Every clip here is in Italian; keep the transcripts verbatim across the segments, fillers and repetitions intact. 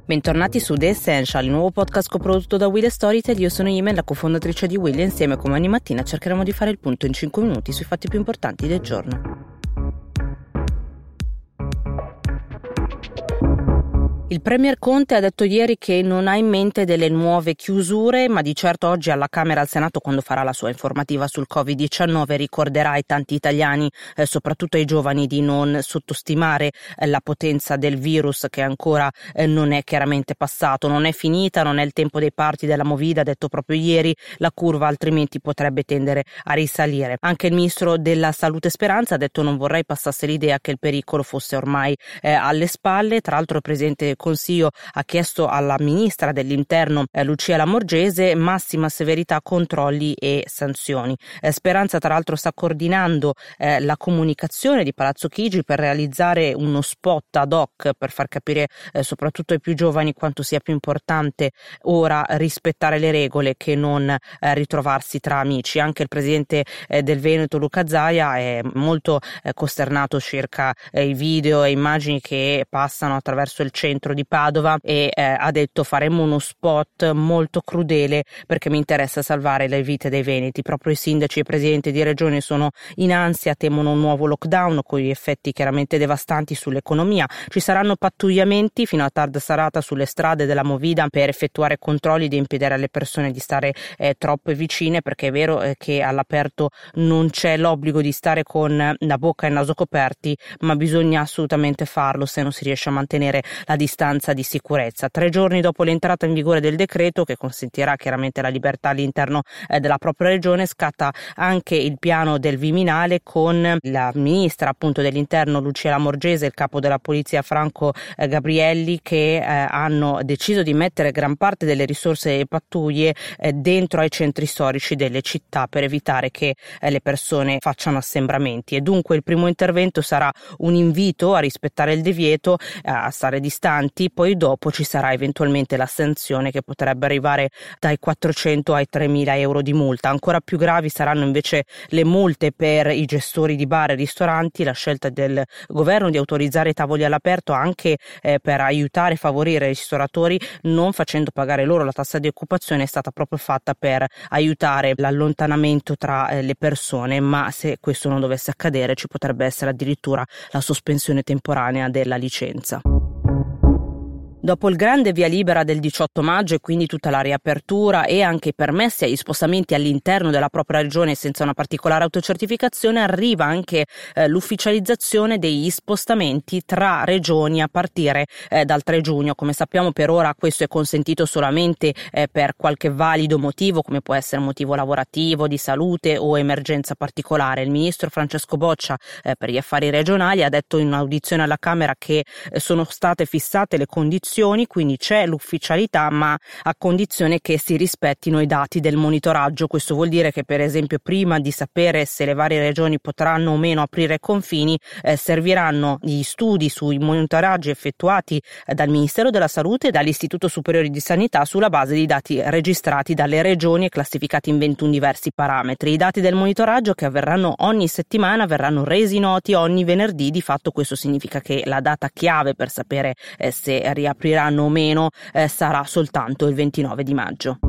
Bentornati su The Essential, il nuovo podcast coprodotto da Will e Storytel. Io sono Imen, la cofondatrice di Will, e insieme come ogni mattina cercheremo di fare il punto in cinque minuti sui fatti più importanti del giorno. Il premier Conte ha detto ieri che non ha in mente delle nuove chiusure, ma di certo oggi alla Camera e al Senato, quando farà la sua informativa sul covid diciannove, ricorderà ai tanti italiani, eh, soprattutto ai giovani, di non sottostimare eh, la potenza del virus, che ancora eh, non è chiaramente passato, non è finita, non è il tempo dei party della Movida, ha detto proprio ieri, la curva altrimenti potrebbe tendere a risalire. Anche il ministro della Salute Speranza ha detto: non vorrei passasse l'idea che il pericolo fosse ormai eh, alle spalle. Tra l'altro il presidente Consiglio ha chiesto alla ministra dell'Interno eh, Lucia Lamorgese massima severità, controlli e sanzioni. Eh, Speranza tra l'altro sta coordinando eh, la comunicazione di Palazzo Chigi per realizzare uno spot ad hoc per far capire eh, soprattutto ai più giovani quanto sia più importante ora rispettare le regole che non eh, ritrovarsi tra amici. Anche il presidente eh, del Veneto Luca Zaia è molto eh, costernato circa eh, i video e immagini che passano attraverso il centro di Padova e eh, ha detto: faremo uno spot molto crudele perché mi interessa salvare le vite dei veneti. Proprio i sindaci e presidenti di regione sono in ansia, temono un nuovo lockdown con gli effetti chiaramente devastanti sull'economia. Ci saranno pattugliamenti fino a tarda serata sulle strade della Movida per effettuare controlli ed impedire alle persone di stare eh, troppo vicine, perché è vero eh, che all'aperto non c'è l'obbligo di stare con la bocca e il naso coperti, ma bisogna assolutamente farlo se non si riesce a mantenere la distanza di sicurezza. Tre giorni dopo l'entrata in vigore del decreto, che consentirà chiaramente la libertà all'interno eh, della propria regione, scatta anche il piano del Viminale con la ministra appunto dell'Interno Lucia Lamorgese e il capo della polizia Franco eh, Gabrielli, che eh, hanno deciso di mettere gran parte delle risorse e pattuglie eh, dentro ai centri storici delle città per evitare che eh, le persone facciano assembramenti. E dunque il primo intervento sarà un invito a rispettare il divieto, eh, a stare distanti. Poi dopo ci sarà eventualmente la sanzione, che potrebbe arrivare dai quattrocento ai tremila euro di multa. Ancora più gravi saranno invece le multe per i gestori di bar e ristoranti. La scelta del governo di autorizzare i tavoli all'aperto anche eh, per aiutare e favorire i ristoratori, non facendo pagare loro la tassa di occupazione, è stata proprio fatta per aiutare l'allontanamento tra eh, le persone, ma se questo non dovesse accadere ci potrebbe essere addirittura la sospensione temporanea della licenza. Dopo il grande via libera del diciotto maggio e quindi tutta la riapertura e anche i permessi agli spostamenti all'interno della propria regione senza una particolare autocertificazione, arriva anche eh, l'ufficializzazione degli spostamenti tra regioni a partire eh, dal tre giugno. Come sappiamo, per ora questo è consentito solamente eh, per qualche valido motivo, come può essere motivo lavorativo, di salute o emergenza particolare. Il ministro Francesco Boccia eh, per gli affari regionali ha detto in un'audizione alla Camera che eh, sono state fissate le condizioni, quindi c'è l'ufficialità, ma a condizione che si rispettino i dati del monitoraggio. Questo vuol dire che, per esempio, prima di sapere se le varie regioni potranno o meno aprire confini, eh, serviranno gli studi sui monitoraggi effettuati eh, dal Ministero della Salute e dall'Istituto Superiore di Sanità sulla base di dati registrati dalle regioni e classificati in ventuno diversi parametri. I dati del monitoraggio, che avverranno ogni settimana, verranno resi noti ogni venerdì. Di fatto questo significa che la data chiave per sapere eh, se riapriranno apriranno o meno eh, sarà soltanto il ventinove di maggio.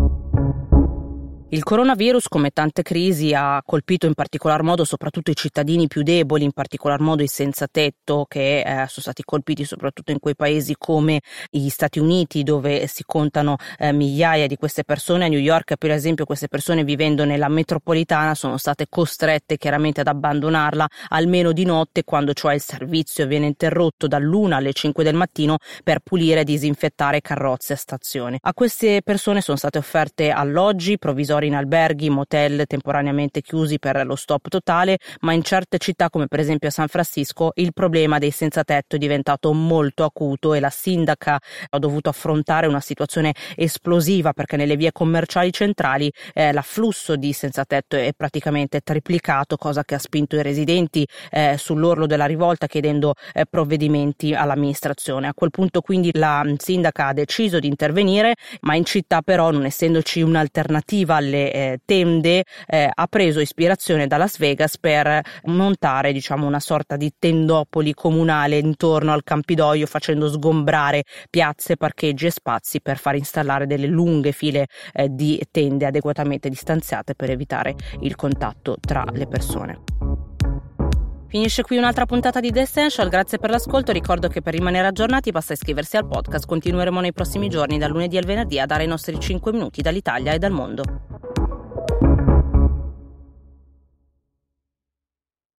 Il coronavirus, come tante crisi, ha colpito in particolar modo soprattutto i cittadini più deboli, in particolar modo i senza tetto, che eh, sono stati colpiti soprattutto in quei paesi come gli Stati Uniti, dove si contano eh, migliaia di queste persone. A New York, per esempio, queste persone, vivendo nella metropolitana, sono state costrette chiaramente ad abbandonarla almeno di notte, quando cioè il servizio viene interrotto dall'una alle cinque del mattino per pulire e disinfettare carrozze a stazione. A queste persone sono state offerte alloggi provvisori in alberghi, motel temporaneamente chiusi per lo stop totale, ma in certe città, come per esempio a San Francisco, il problema dei senza tetto è diventato molto acuto e la sindaca ha dovuto affrontare una situazione esplosiva, perché nelle vie commerciali centrali eh, l'afflusso di senza tetto è praticamente triplicato, cosa che ha spinto i residenti eh, sull'orlo della rivolta, chiedendo eh, provvedimenti all'amministrazione. A quel punto quindi la sindaca ha deciso di intervenire, ma in città però, non essendoci un'alternativa alle dalle eh, tende eh, ha preso ispirazione da Las Vegas per montare, diciamo, una sorta di tendopoli comunale intorno al Campidoglio, facendo sgombrare piazze, parcheggi e spazi per far installare delle lunghe file eh, di tende adeguatamente distanziate per evitare il contatto tra le persone. Finisce qui un'altra puntata di The Essential, grazie per l'ascolto. Ricordo che per rimanere aggiornati basta iscriversi al podcast. Continueremo nei prossimi giorni, dal lunedì al venerdì, a dare i nostri cinque minuti dall'Italia e dal mondo.